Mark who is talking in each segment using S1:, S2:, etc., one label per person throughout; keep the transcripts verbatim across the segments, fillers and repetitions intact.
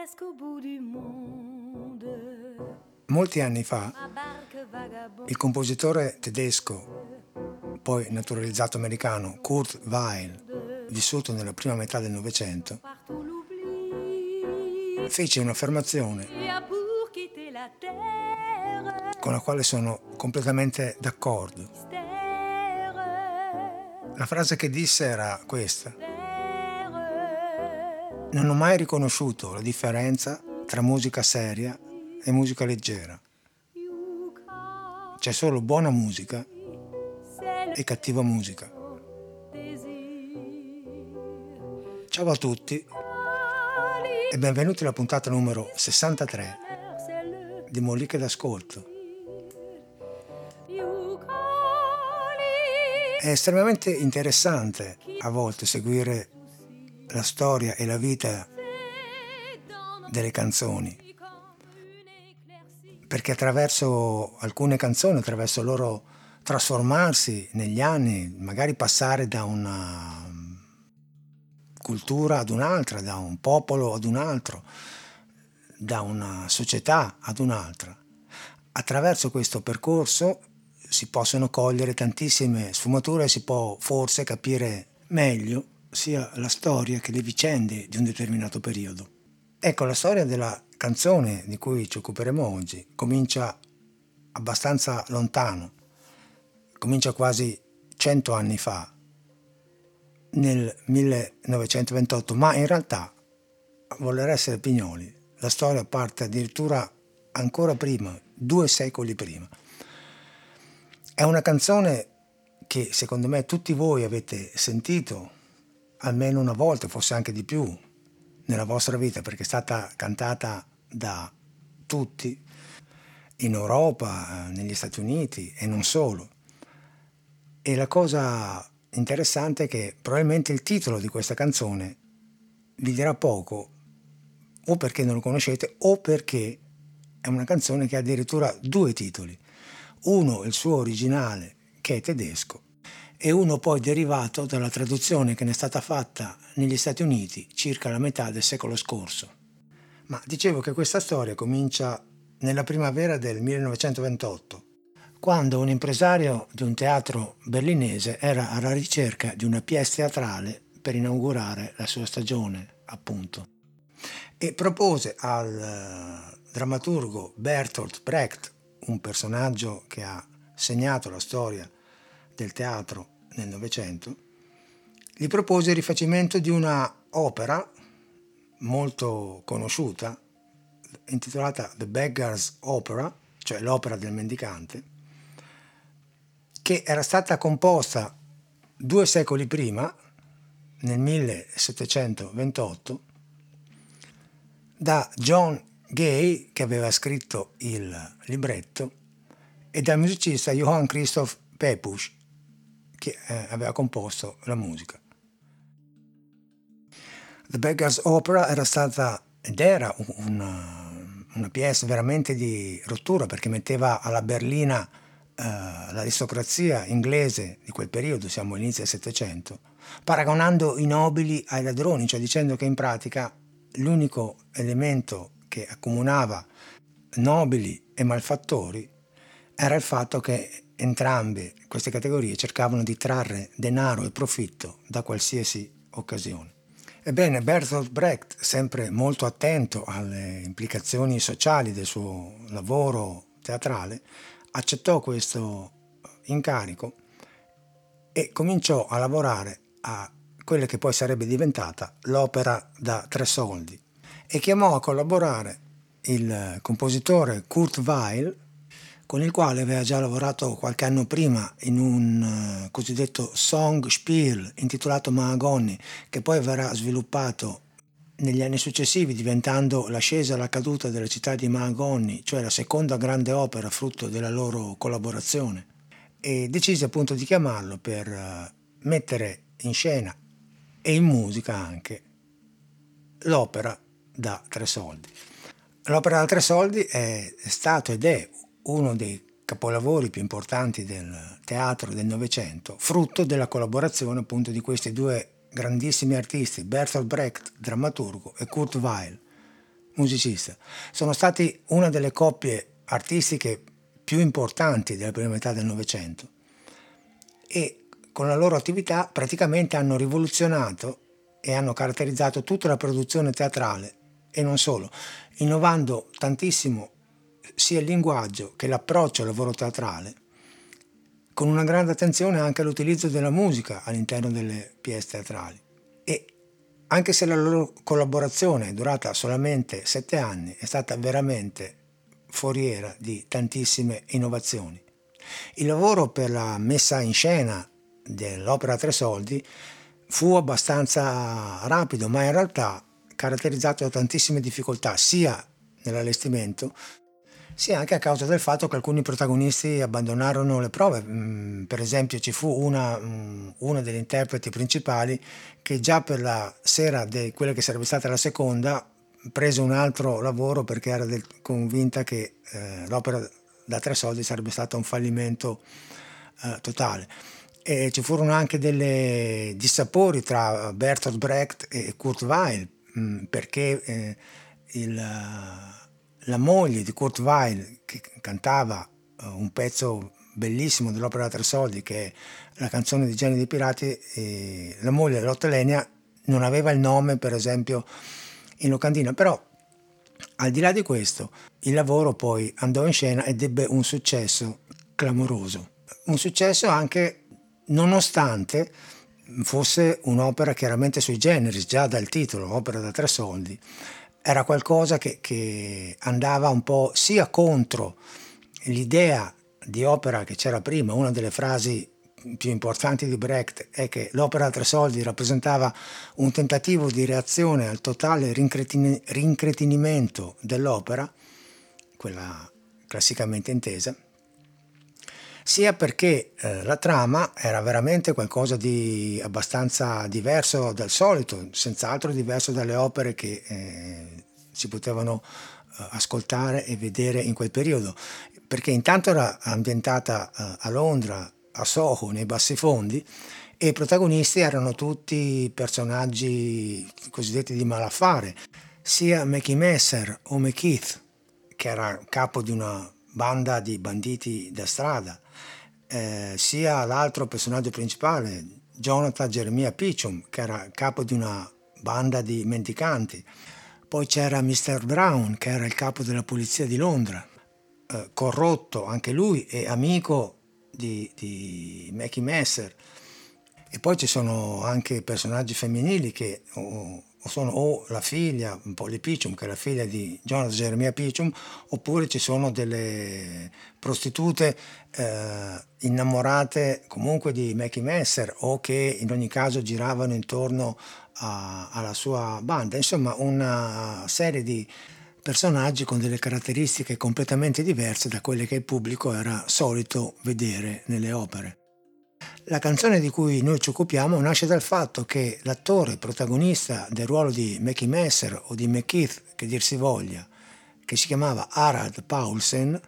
S1: Molti anni fa, il compositore tedesco, poi naturalizzato americano, Kurt Weill, vissuto nella prima metà del Novecento, fece un'affermazione con la quale sono completamente d'accordo. La frase che disse era questa: non ho mai riconosciuto la differenza tra musica seria e musica leggera. C'è solo buona musica e cattiva musica. Ciao a tutti e benvenuti alla puntata numero sessantatré di Moliche d'Ascolto. È estremamente interessante a volte seguire la storia e la vita delle canzoni, perché attraverso alcune canzoni, attraverso il loro trasformarsi negli anni, magari passare da una cultura ad un'altra, da un popolo ad un altro, da una società ad un'altra, attraverso questo percorso si possono cogliere tantissime sfumature e si può forse capire meglio sia la storia che le vicende di un determinato periodo. Ecco, la storia della canzone di cui ci occuperemo oggi comincia abbastanza lontano, comincia quasi cento anni fa, nel millenovecentoventotto, ma in realtà, a voler essere pignoli, la storia parte addirittura ancora prima, due secoli prima. È una canzone che secondo me tutti voi avete sentito almeno una volta, forse anche di più, nella vostra vita, perché è stata cantata da tutti in Europa, negli Stati Uniti e non solo. E la cosa interessante è che probabilmente il titolo di questa canzone vi dirà poco, o perché non lo conoscete o perché è una canzone che ha addirittura due titoli. Uno, il suo originale, che è tedesco, e uno poi derivato dalla traduzione che ne è stata fatta negli Stati Uniti circa la metà del secolo scorso. Ma dicevo che questa storia comincia nella primavera del millenovecentoventotto, quando un impresario di un teatro berlinese era alla ricerca di una pièce teatrale per inaugurare la sua stagione, appunto, e propose al drammaturgo Bertolt Brecht, un personaggio che ha segnato la storia del teatro nel Novecento, gli propose il rifacimento di una opera molto conosciuta intitolata The Beggar's Opera, cioè l'opera del mendicante, che era stata composta due secoli prima, nel millesettecentoventotto, da John Gay, che aveva scritto il libretto, e dal musicista Johann Christoph Pepusch, che eh, aveva composto la musica. The Beggar's Opera era stata ed era una, una pièce veramente di rottura, perché metteva alla berlina eh, l'aristocrazia inglese di quel periodo, siamo all'inizio del Settecento, paragonando i nobili ai ladroni, cioè dicendo che in pratica l'unico elemento che accomunava nobili e malfattori era il fatto che entrambe queste categorie cercavano di trarre denaro e profitto da qualsiasi occasione. Ebbene, Bertolt Brecht, sempre molto attento alle implicazioni sociali del suo lavoro teatrale, accettò questo incarico e cominciò a lavorare a quella che poi sarebbe diventata l'opera da tre soldi, e chiamò a collaborare il compositore Kurt Weill, con il quale aveva già lavorato qualche anno prima in un uh, cosiddetto Songspiel intitolato Mahagoni, che poi verrà sviluppato negli anni successivi, diventando l'ascesa e la caduta della città di Mahagoni, cioè la seconda grande opera frutto della loro collaborazione, e decise appunto di chiamarlo per uh, mettere in scena e in musica anche l'opera da tre soldi. L'opera da tre soldi è stato ed è uno dei capolavori più importanti del teatro del Novecento, frutto della collaborazione appunto di questi due grandissimi artisti, Bertolt Brecht, drammaturgo, e Kurt Weill, musicista. Sono stati una delle coppie artistiche più importanti della prima metà del Novecento e con la loro attività praticamente hanno rivoluzionato e hanno caratterizzato tutta la produzione teatrale e non solo, innovando tantissimo sia il linguaggio che l'approccio al lavoro teatrale, con una grande attenzione anche all'utilizzo della musica all'interno delle pièce teatrali. E anche se la loro collaborazione è durata solamente sette anni, è stata veramente foriera di tantissime innovazioni. Il lavoro per la messa in scena dell'opera a tre soldi fu abbastanza rapido, ma in realtà caratterizzato da tantissime difficoltà, sia nell'allestimento, sia anche a causa del fatto che alcuni protagonisti abbandonarono le prove. Per esempio ci fu una, una degli interpreti principali che già per la sera di quella che sarebbe stata la seconda prese un altro lavoro perché era del, convinta che eh, l'opera da tre soldi sarebbe stata un fallimento eh, totale. E ci furono anche delle dissapori tra Bertolt Brecht e Kurt Weill, mh, perché eh, il, la moglie di Kurt Weill, che cantava uh, un pezzo bellissimo dell'opera da tre soldi, che è la canzone di Genio dei Pirati, e la moglie Lotte Lenya non aveva il nome, per esempio, in locandina, però al di là di questo il lavoro poi andò in scena ed ebbe un successo clamoroso, un successo anche nonostante fosse un'opera chiaramente sui generis, già dal titolo, opera da tre soldi, era qualcosa che, che andava un po' sia contro l'idea di opera che c'era prima. Una delle frasi più importanti di Brecht è che l'opera a tre soldi rappresentava un tentativo di reazione al totale rincretini- rincretinimento dell'opera, quella classicamente intesa, sia perché eh, la trama era veramente qualcosa di abbastanza diverso dal solito, senz'altro diverso dalle opere che eh, si potevano eh, ascoltare e vedere in quel periodo, perché intanto era ambientata eh, a Londra, a Soho, nei bassifondi, e i protagonisti erano tutti personaggi cosiddetti di malaffare, sia Mackie Messer o McKeith, che era capo di una banda di banditi da strada, eh, sia l'altro personaggio principale, Jonathan Jeremiah Pichum, che era capo di una banda di mendicanti. Poi c'era mister Brown, che era il capo della polizia di Londra, eh, corrotto anche lui e amico di, di Mackie Messer. E poi ci sono anche personaggi femminili che o, o sono o la figlia, Polly Pichum, che è la figlia di Jonathan Jeremiah Pichum, oppure ci sono delle prostitute eh, innamorate comunque di Mackie Messer o che in ogni caso giravano intorno a, alla sua banda. Insomma, una serie di personaggi con delle caratteristiche completamente diverse da quelle che il pubblico era solito vedere nelle opere. La canzone di cui noi ci occupiamo nasce dal fatto che l'attore protagonista del ruolo di Mackie Messer o di McKeith, che dir si voglia, che si chiamava Harald Paulsen,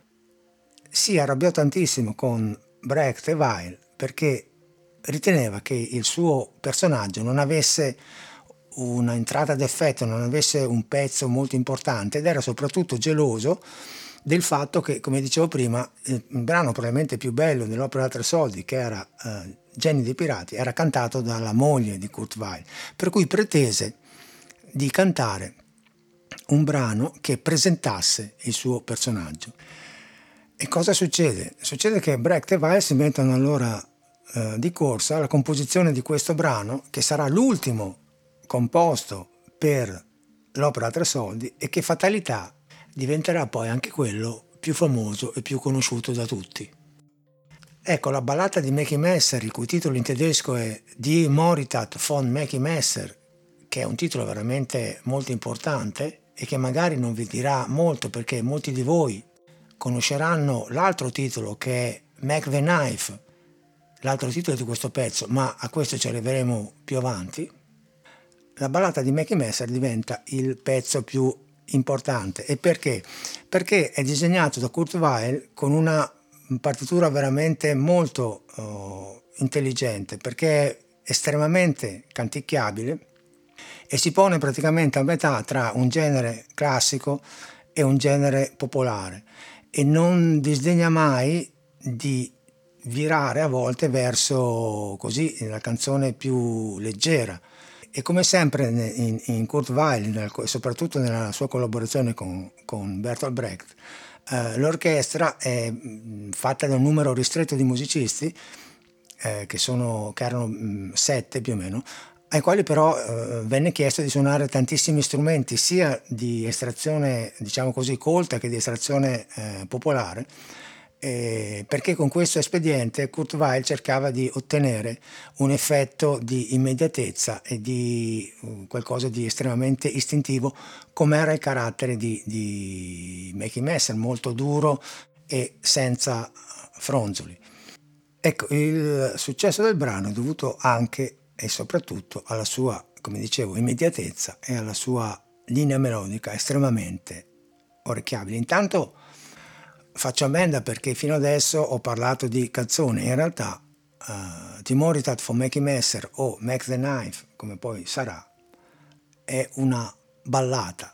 S1: si arrabbiò tantissimo con Brecht e Weill perché riteneva che il suo personaggio non avesse una entrata d'effetto, non avesse un pezzo molto importante ed era soprattutto geloso del fatto che, come dicevo prima, il brano probabilmente più bello dell'opera da tre soldi, che era eh, Genio dei Pirati, era cantato dalla moglie di Kurt Weill, per cui pretese di cantare un brano che presentasse il suo personaggio. E cosa succede? Succede che Brecht e Weill si mettono allora eh, di corsa alla composizione di questo brano, che sarà l'ultimo composto per l'opera a tre soldi e che fatalità diventerà poi anche quello più famoso e più conosciuto da tutti. Ecco, la ballata di Mackie Messer, il cui titolo in tedesco è Die Moritat von Mackie Messer, che è un titolo veramente molto importante e che magari non vi dirà molto perché molti di voi conosceranno l'altro titolo che è Mac the Knife, l'altro titolo di questo pezzo, ma a questo ci arriveremo più avanti. La ballata di Mackie Messer diventa il pezzo più importante. E perché? Perché è disegnato da Kurt Weill con una partitura veramente molto uh, intelligente, perché è estremamente canticchiabile e si pone praticamente a metà tra un genere classico e un genere popolare, e non disdegna mai di virare a volte verso così la canzone più leggera. E come sempre in, in Kurt Weill, soprattutto nella sua collaborazione con, con Bertolt Brecht, eh, l'orchestra è fatta da un numero ristretto di musicisti, eh, che, sono, che erano mh, sette più o meno, ai quali però eh, venne chiesto di suonare tantissimi strumenti, sia di estrazione, diciamo così, colta che di estrazione eh, popolare, eh, perché con questo espediente Kurt Weill cercava di ottenere un effetto di immediatezza e di uh, qualcosa di estremamente istintivo, come era il carattere di, di Mickey Messer, molto duro e senza fronzoli. Ecco, il successo del brano è dovuto anche e soprattutto alla sua, come dicevo, immediatezza e alla sua linea melodica estremamente orecchiabile. Intanto faccio ammenda perché fino adesso ho parlato di canzoni, in realtà uh, Timoritat von Mickey Messer o Mac the Knife, come poi sarà, è una ballata.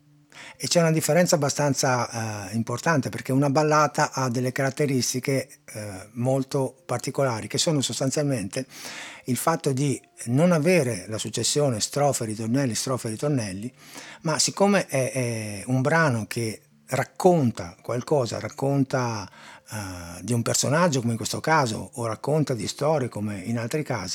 S1: E c'è una differenza abbastanza eh, importante, perché una ballata ha delle caratteristiche eh, molto particolari, che sono sostanzialmente il fatto di non avere la successione strofe, ritornelli, strofe, ritornelli, ma siccome è, è un brano che racconta qualcosa, racconta eh, di un personaggio come in questo caso, o racconta di storie come in altri casi,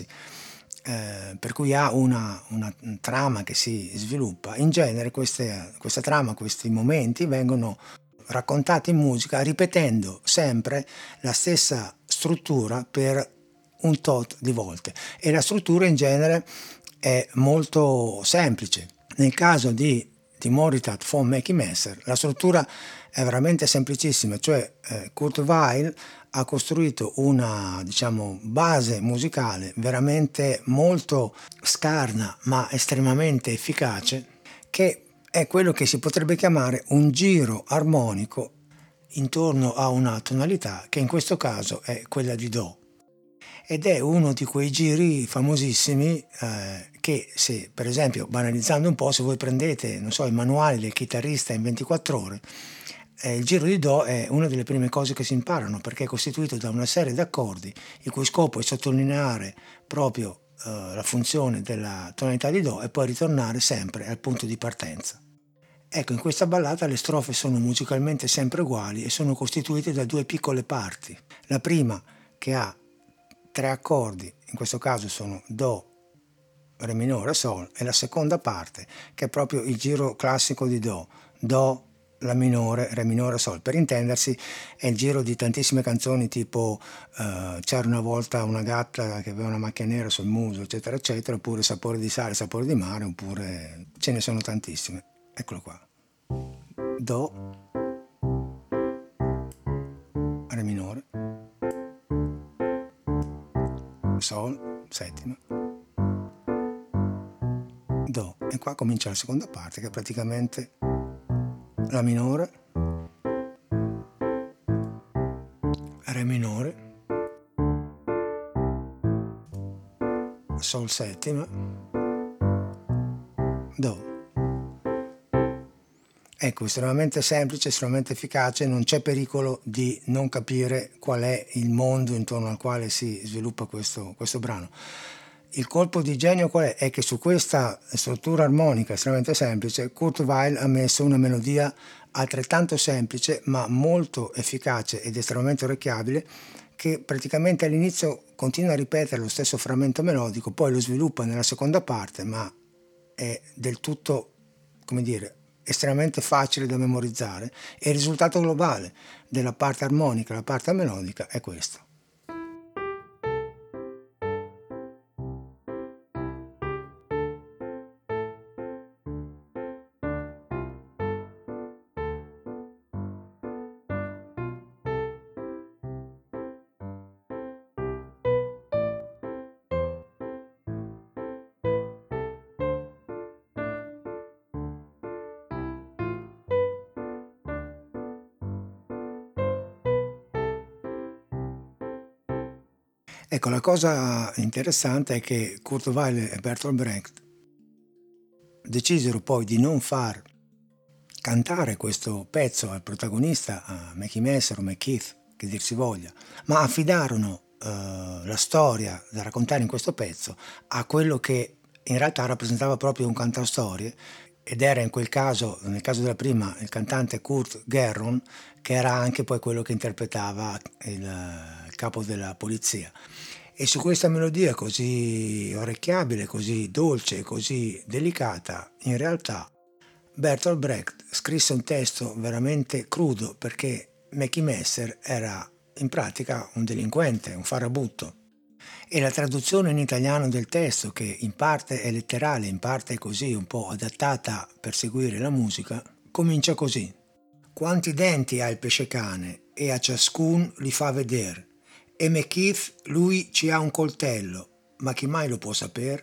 S1: Eh, per cui ha una, una trama che si sviluppa, in genere queste, questa trama, questi momenti vengono raccontati in musica ripetendo sempre la stessa struttura per un tot di volte, e la struttura in genere è molto semplice. Nel caso di Timoritat von Mickey Messer la struttura è veramente semplicissima, cioè eh, Kurt Weill ha costruito una, diciamo, base musicale veramente molto scarna ma estremamente efficace, che è quello che si potrebbe chiamare un giro armonico intorno a una tonalità, che in questo caso è quella di Do. Ed è uno di quei giri famosissimi eh, che, se per esempio, banalizzando un po', se voi prendete, non so, i manuali del chitarrista in ventiquattro ore, eh, il giro di Do è una delle prime cose che si imparano, perché è costituito da una serie di accordi il cui scopo è sottolineare proprio eh, la funzione della tonalità di Do e poi ritornare sempre al punto di partenza. Ecco, in questa ballata le strofe sono musicalmente sempre uguali e sono costituite da due piccole parti. La prima, che ha tre accordi, in questo caso sono Do, Re minore, Sol, e la seconda parte, che è proprio il giro classico di Do, Do, La minore, Re minore, Sol. Per intendersi, è il giro di tantissime canzoni tipo uh, C'era una volta una gatta che aveva una macchia nera sul muso, eccetera, eccetera, oppure Sapore di sale, sapore di mare, oppure ce ne sono tantissime. Eccolo qua. Do, Re minore, Sol, settima, Do. E qua comincia la seconda parte, che è praticamente La minore, Re minore, Sol settima, Do. Ecco, estremamente semplice, estremamente efficace, non c'è pericolo di non capire qual è il mondo intorno al quale si sviluppa questo, questo brano. Il colpo di genio qual è? È che su questa struttura armonica estremamente semplice Kurt Weill ha messo una melodia altrettanto semplice ma molto efficace ed estremamente orecchiabile, che praticamente all'inizio continua a ripetere lo stesso frammento melodico, poi lo sviluppa nella seconda parte, ma è del tutto, come dire, estremamente facile da memorizzare, e il risultato globale della parte armonica e la parte melodica è questo. Ecco, la cosa interessante è che Kurt Weill e Bertolt Brecht decisero poi di non far cantare questo pezzo al protagonista, a Mackie Messer o McKeith, che dir si voglia, ma affidarono eh, la storia da raccontare in questo pezzo a quello che in realtà rappresentava proprio un cantastorie, ed era in quel caso, nel caso della prima, il cantante Kurt Gerron, che era anche poi quello che interpretava il, il capo della polizia. E su questa melodia così orecchiabile, così dolce, così delicata, in realtà Bertolt Brecht scrisse un testo veramente crudo, perché Mackie Messer era in pratica un delinquente, un farabutto. E la traduzione in italiano del testo, che in parte è letterale, in parte è così un po' adattata per seguire la musica, comincia così: quanti denti ha il pescecane e a ciascun li fa veder, e McKeith lui ci ha un coltello, ma chi mai lo può saper?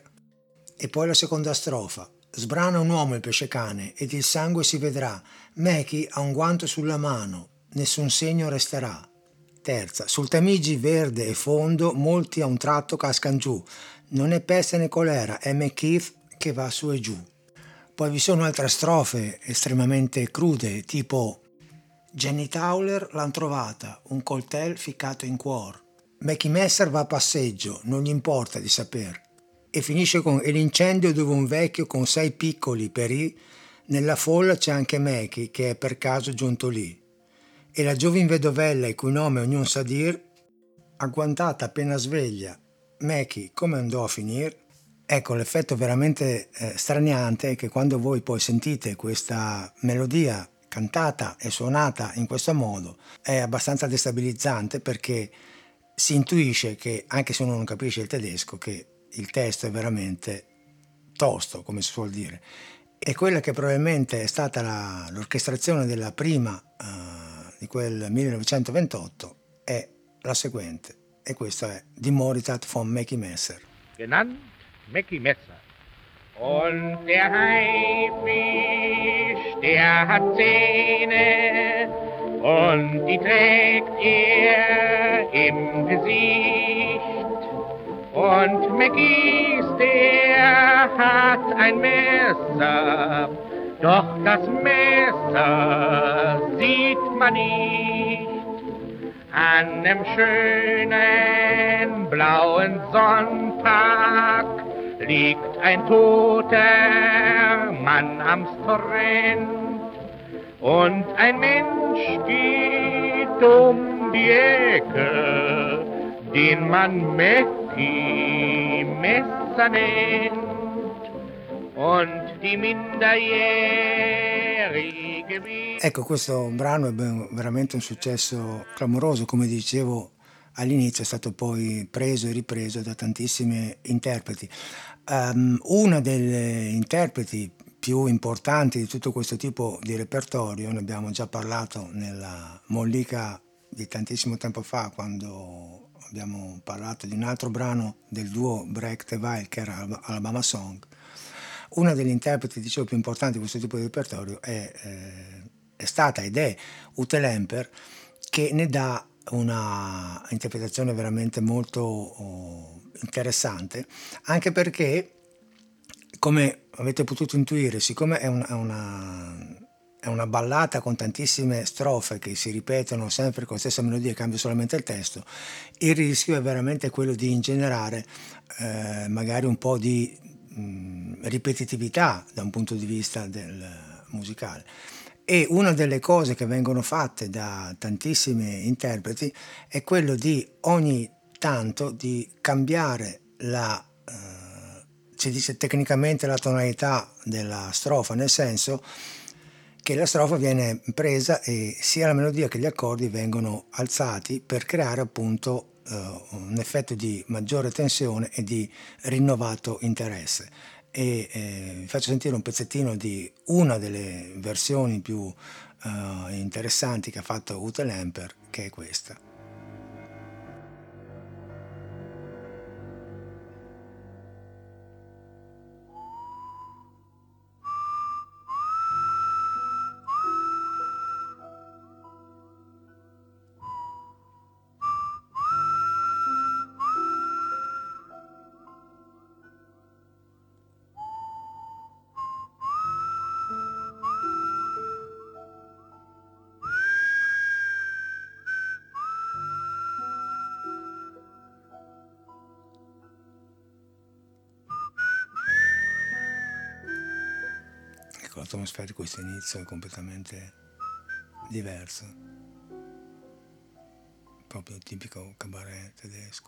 S1: E poi la seconda strofa: sbrana un uomo il pescecane ed il sangue si vedrà, Mackie ha un guanto sulla mano, nessun segno resterà. Terza: sul Tamigi verde e fondo molti a un tratto cascan giù, non è peste né colera, è McKeith che va su e giù. Poi vi sono altre strofe estremamente crude, tipo: Jenny Towler l'han trovata, un coltel ficcato in cuor. Mackie Messer va a passeggio, non gli importa di saper. E finisce con: e l'incendio dove un vecchio con sei piccoli perì, nella folla c'è anche Mackie che è per caso giunto lì. E la giovin vedovella, il cui nome ognuno sa dir, agguantata appena sveglia, Mackie come andò a finir? Ecco, l'effetto veramente eh, straniante è che quando voi poi sentite questa melodia cantata e suonata in questo modo è abbastanza destabilizzante, perché si intuisce che, anche se uno non capisce il tedesco, che il testo è veramente tosto, come si suol dire. E quella che probabilmente è stata la, l'orchestrazione della prima uh, di quel millenovecentoventotto è la seguente, e questo è Die Moritat von Mackie Messer.
S2: Genannt Mackie Messer. Und der Haifisch, der hat Zähne und die trägt er im Gesicht. Und Mackies, der hat ein Messer, doch das Messer sieht man nicht. An dem schönen blauen Sonntag liegt ein toter Mann am Strand und ein Mensch geht um die Ecke, den man Mackie Messer nennt, und die minderjährige...
S1: Ecco, questo brano è veramente un successo clamoroso, come dicevo all'inizio, è stato poi preso e ripreso da tantissimi interpreti. Um, una delle interpreti più importanti di tutto questo tipo di repertorio, ne abbiamo già parlato nella Mollica di tantissimo tempo fa, quando abbiamo parlato di un altro brano del duo Brecht e Weill, che era Alabama Song. Una degli interpreti, dicevo, più importanti di questo tipo di repertorio è, eh, è stata ed è Ute Lemper, che ne dà una interpretazione veramente molto oh, interessante, anche perché, come avete potuto intuire, siccome è una, è una è una ballata con tantissime strofe che si ripetono sempre con la stessa melodia e cambia solamente il testo, il rischio è veramente quello di ingenerare eh, magari un po' di mh, ripetitività da un punto di vista del musicale. E una delle cose che vengono fatte da tantissimi interpreti è quello di ogni tanto di cambiare la, eh, si dice tecnicamente, la tonalità della strofa, nel senso che la strofa viene presa e sia la melodia che gli accordi vengono alzati per creare appunto eh, un effetto di maggiore tensione e di rinnovato interesse. E eh, vi faccio sentire un pezzettino di una delle versioni più eh, interessanti che ha fatto Ute Lemper, che è questa. atmosferico, questo inizio è completamente diverso, proprio tipico cabaret tedesco.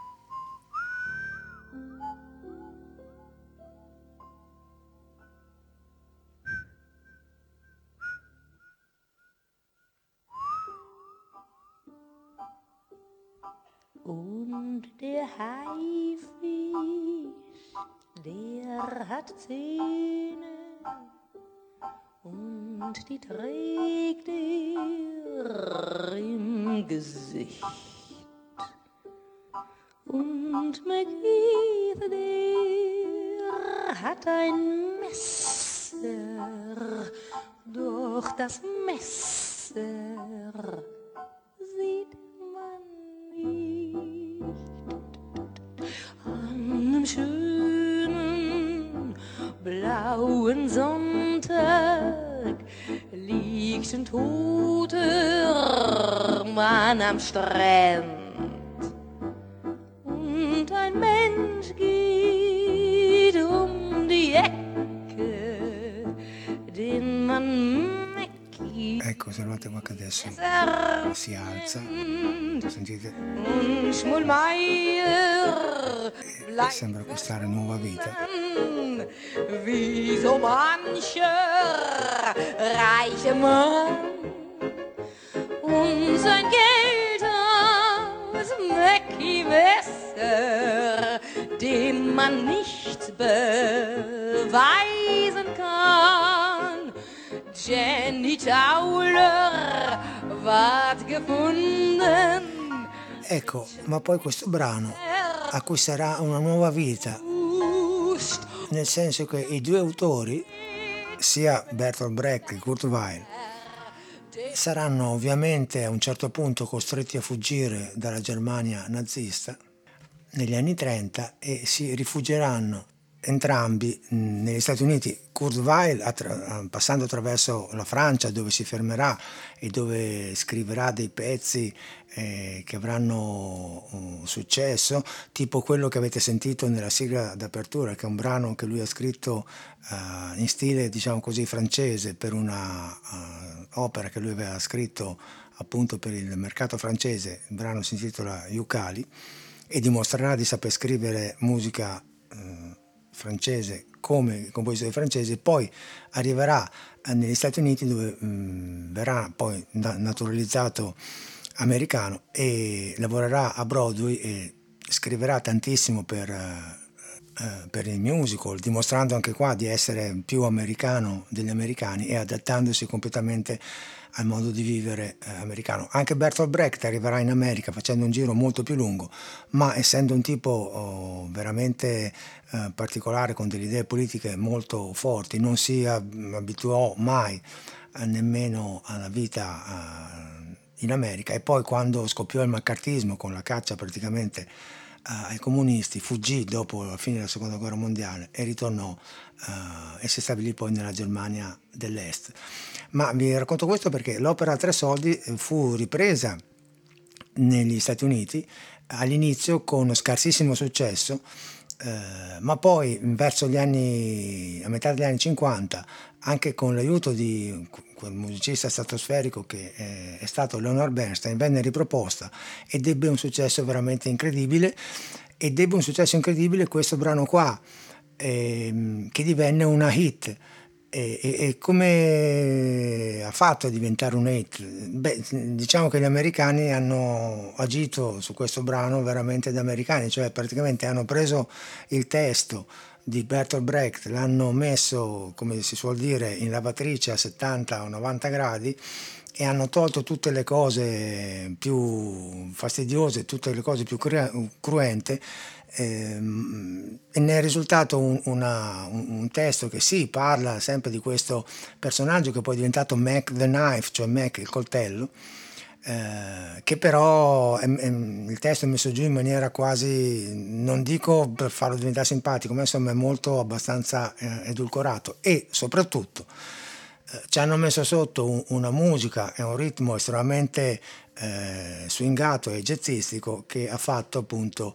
S3: Und der Haifisch, der hat Zähne und die trägt er im Gesicht. Und McGeeth, der hat ein Messer, doch das Messer sieht man nicht. An einem schönen blauen Sonntag liegt ein toter Mann am Strand. Und ein Mensch geht um die Ecke, den man Mackie.
S1: Ecco, osservate qua che adesso si alza, sentite?
S3: Und Schmulmeier
S1: E sembra acquistare nuova vita.
S3: wie so mancher reiche Mann. Und sein Geld aus Mackie Messer, dem man nichts beweisen kann. Jenny Tauler ward gefunden.
S1: Ecco, ma poi questo brano acquisterà una nuova vita, nel senso che i due autori, sia Bertolt Brecht che Kurt Weill, saranno ovviamente a un certo punto costretti a fuggire dalla Germania nazista negli anni trenta e si rifugieranno entrambi negli Stati Uniti. Kurt Weill attra- passando attraverso la Francia, dove si fermerà e dove scriverà dei pezzi eh, che avranno uh, successo, tipo quello che avete sentito nella sigla d'apertura, che è un brano che lui ha scritto uh, in stile, diciamo così, francese, per una uh, opera che lui aveva scritto appunto per il mercato francese. Il brano si intitola Yukali e dimostrerà di saper scrivere musica uh, francese come compositore francese. Poi arriverà negli Stati Uniti, dove mh, verrà poi naturalizzato americano e lavorerà a Broadway e scriverà tantissimo per, uh, per il musical, dimostrando anche qua di essere più americano degli americani e adattandosi completamente al modo di vivere eh, americano. Anche Bertolt Brecht arriverà in America facendo un giro molto più lungo, ma essendo un tipo oh, veramente eh, particolare, con delle idee politiche molto forti, non si abituò mai eh, nemmeno alla vita eh, in America. E poi, quando scoppiò il maccartismo, con la caccia praticamente eh, ai comunisti, fuggì dopo la fine della seconda guerra mondiale e ritornò eh, e si stabilì poi nella Germania dell'Est. Ma vi racconto questo perché l'opera a tre soldi fu ripresa negli Stati Uniti all'inizio con scarsissimo successo, eh, ma poi verso gli anni, a metà degli anni cinquanta, anche con l'aiuto di quel musicista stratosferico che è, è stato Leonard Bernstein, venne riproposta ed ebbe un successo veramente incredibile. Ed ebbe un successo incredibile questo brano qua, eh, che divenne una hit. E, e, e come ha fatto a diventare un hit? Beh, diciamo che gli americani hanno agito su questo brano veramente da americani, cioè praticamente hanno preso il testo di Bertolt Brecht, l'hanno messo, come si suol dire, in lavatrice a settanta o novanta gradi e hanno tolto tutte le cose più fastidiose, tutte le cose più cru- cruente, ehm, e ne è risultato un, una, un, un testo che sì, parla sempre di questo personaggio che poi è diventato Mac the Knife, cioè Mac il coltello, eh, che però è, è, il testo è messo giù in maniera quasi, non dico per farlo diventare simpatico, ma insomma è molto abbastanza eh, edulcorato, e soprattutto ci hanno messo sotto un, una musica e un ritmo estremamente eh, swingato e jazzistico, che ha fatto appunto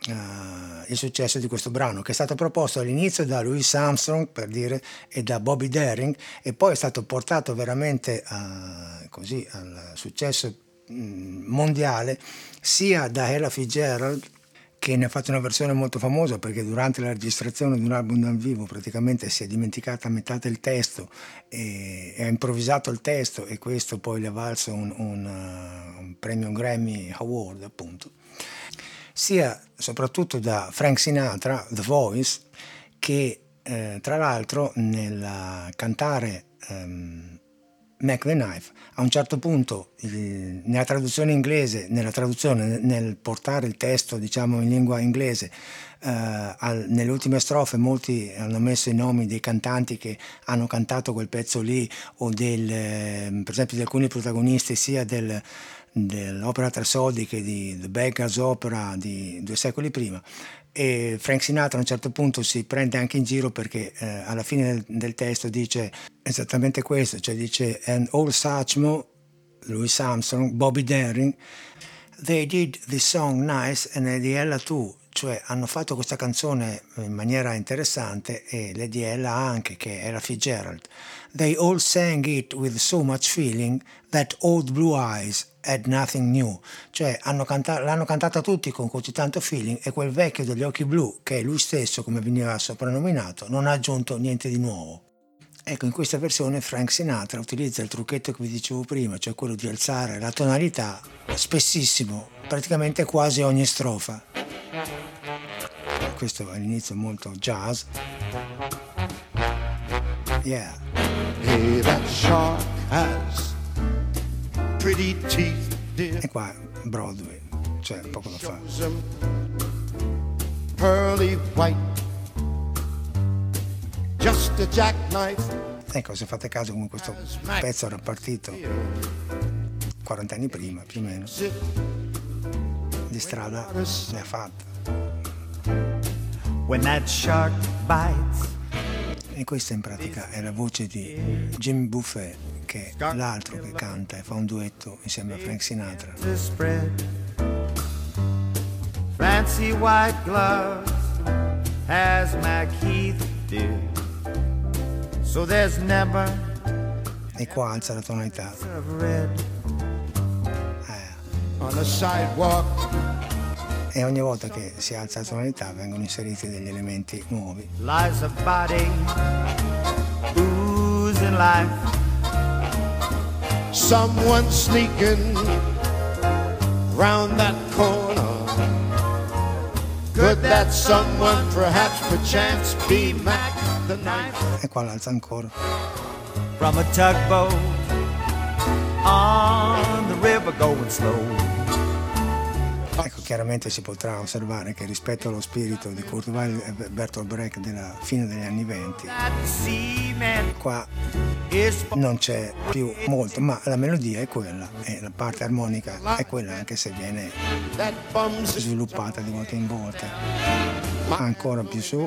S1: uh, il successo di questo brano, che è stato proposto all'inizio da Louis Armstrong, per dire, e da Bobby Darin, e poi è stato portato veramente a, così, al successo mh, mondiale sia da Ella Fitzgerald, che ne ha fatto una versione molto famosa perché durante la registrazione di un album dal vivo praticamente si è dimenticata a metà del testo e, e ha improvvisato il testo, e questo poi le ha valso un, un, uh, un premio Grammy Award, appunto, sia soprattutto da Frank Sinatra, The Voice, che eh, tra l'altro nel cantare um, Mac the Knife, a un certo punto il, nella traduzione inglese, nella traduzione, nel portare il testo diciamo in lingua inglese, eh, al, nelle ultime strofe molti hanno messo i nomi dei cantanti che hanno cantato quel pezzo lì, o del, eh, per esempio di alcuni protagonisti sia del, dell'opera Tre Soldi che di The Beggar's Opera di due secoli prima. E Frank Sinatra a un certo punto si prende anche in giro perché eh, alla fine del, del testo dice esattamente questo, cioè dice and all Satchmo, Louis Armstrong, Bobby Darin, they did the song nice and Lady Ella too, cioè hanno fatto questa canzone in maniera interessante, e Lady Ella anche, che era Fitzgerald. They all sang it with so much feeling that old blue eyes had nothing new, cioè hanno canta- l'hanno cantata tutti con così tanto feeling, e quel vecchio degli occhi blu, che è lui stesso come veniva soprannominato, non ha aggiunto niente di nuovo. Ecco, in questa versione Frank Sinatra utilizza il trucchetto che vi dicevo prima, cioè quello di alzare la tonalità spessissimo, praticamente quasi ogni strofa. Questo all'inizio molto jazz. Yeah.
S4: Hey, that shark has pretty teeth, dear.
S1: E qua Broadway, cioè poco da fare.
S4: Shows 'em pearly white, just a jackknife.
S1: Ecco, se fate caso come questo pezzo era partito quaranta anni prima, più o meno, di strada ne ha fatta.
S5: When that shark bites.
S1: E questa in pratica è la voce di Jimmy Buffett, che è l'altro che canta e fa un duetto insieme a Frank Sinatra.
S5: To spread fancy white gloves as McKeith did, so there's never
S1: E qua alza la tonalità.
S5: of red.
S1: Eh.
S4: On the sidewalk,
S1: E ogni volta che si alza la tonalità vengono inseriti degli elementi nuovi.
S5: Lies a body oozing life.
S4: someone sneaking round that corner. Could that someone perhaps perchance be Mac the Knife?
S1: E qua l'alza ancora.
S5: From a tugboat on the river going slow.
S1: Ecco, chiaramente si potrà osservare che rispetto allo spirito di Kurt Weill e Bertolt Brecht della fine degli anni venti,
S5: That seaman
S1: qua
S5: is
S1: non c'è più molto, ma la melodia è quella e la parte armonica è quella, anche se viene
S4: That bum's
S1: sviluppata di volta in volta. Ancora più su.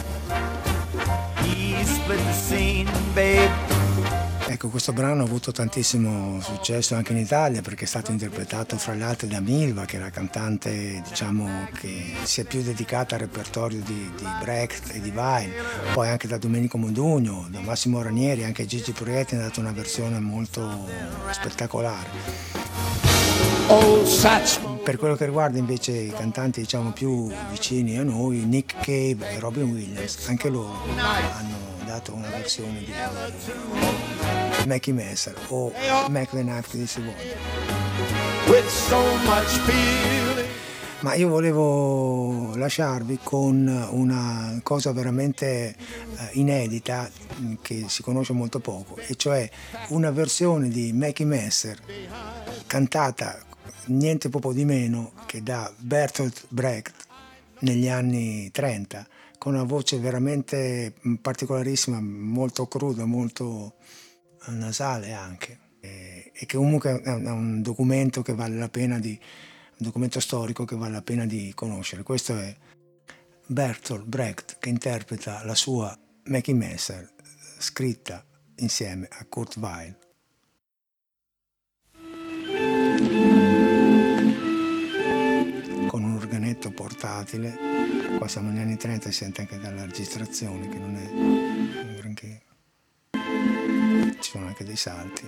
S5: he split the scene, babe.
S1: Ecco, questo brano ha avuto tantissimo successo anche in Italia perché è stato interpretato fra le altre da Milva, che è la cantante, diciamo, che si è più dedicata al repertorio di, di Brecht e di Weill, poi anche da Domenico Modugno, da Massimo Ranieri, anche Gigi Proietti ha dato una versione molto spettacolare.
S4: old Satchmo.
S1: Per quello che riguarda invece i cantanti, diciamo, più vicini a noi, Nick Cave e Robin Williams, anche loro hanno dato una versione di Mackie Messer o Mac the Knife, che si vuole.
S4: With so much feeling.
S1: Ma io volevo lasciarvi con una cosa veramente eh, inedita, che si conosce molto poco, e cioè una versione di Mackie Messer cantata niente poco di meno che da Bertolt Brecht negli anni trenta, con una voce veramente particolarissima, molto cruda, molto nasale anche, e, e che comunque è un, è un documento che vale la pena di un documento storico che vale la pena di conoscere. Questo è Bertolt Brecht che interpreta la sua Mackie Messer, scritta insieme a Kurt Weill. Con un organetto poi portatile. Qua siamo negli anni trenta, si sente anche dalla registrazione che non è un granché, ci sono anche dei salti.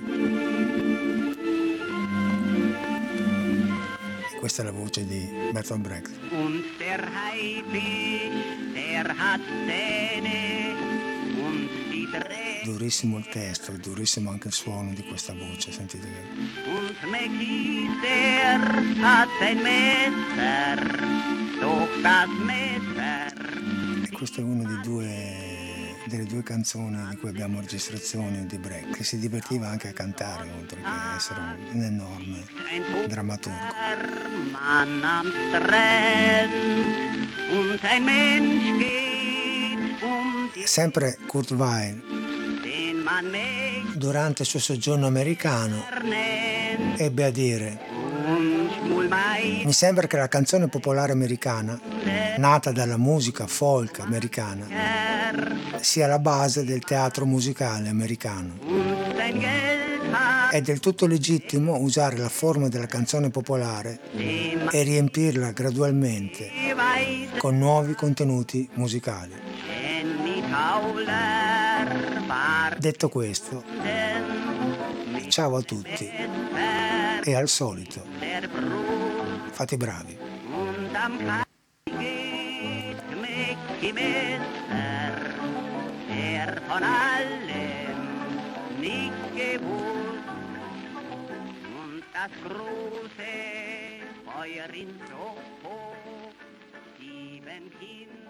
S1: E questa è la voce di Bertolt Brecht.
S2: Und der Haifisch, der hat Zähne und die Tränen.
S1: Durissimo il testo, durissimo anche il suono di questa voce, sentite che...
S2: Und Mackie, der hat ein Messer, doch das Messer.
S1: E questa è una di due, delle due canzoni di cui abbiamo registrazioni di Brecht, che si divertiva anche a cantare, oltre che essere un enorme drammaturgo.
S2: Man am Strand und ein Mensch geht um die
S1: Sempre Kurt Weill,
S2: den man mich
S1: durante il suo soggiorno americano,
S2: nennt
S1: ebbe a dire:
S2: und schmul mein
S1: mi sembra che la canzone popolare americana, nata dalla musica folk americana, sia la base del teatro musicale americano.
S2: und sein Geld hat
S1: È del tutto legittimo usare la forma della canzone popolare
S2: den
S1: e riempirla gradualmente
S2: Weiß
S1: con nuovi contenuti musicali.
S2: Jenny Tauler war
S1: Detto questo,
S2: denn
S1: ciao a tutti e al solito,
S2: der Brut
S1: fate bravi.
S2: und am Kai geht Mickey Messer, der von allem nicht gewusst und das große Feuer in Soho, sieben Kinder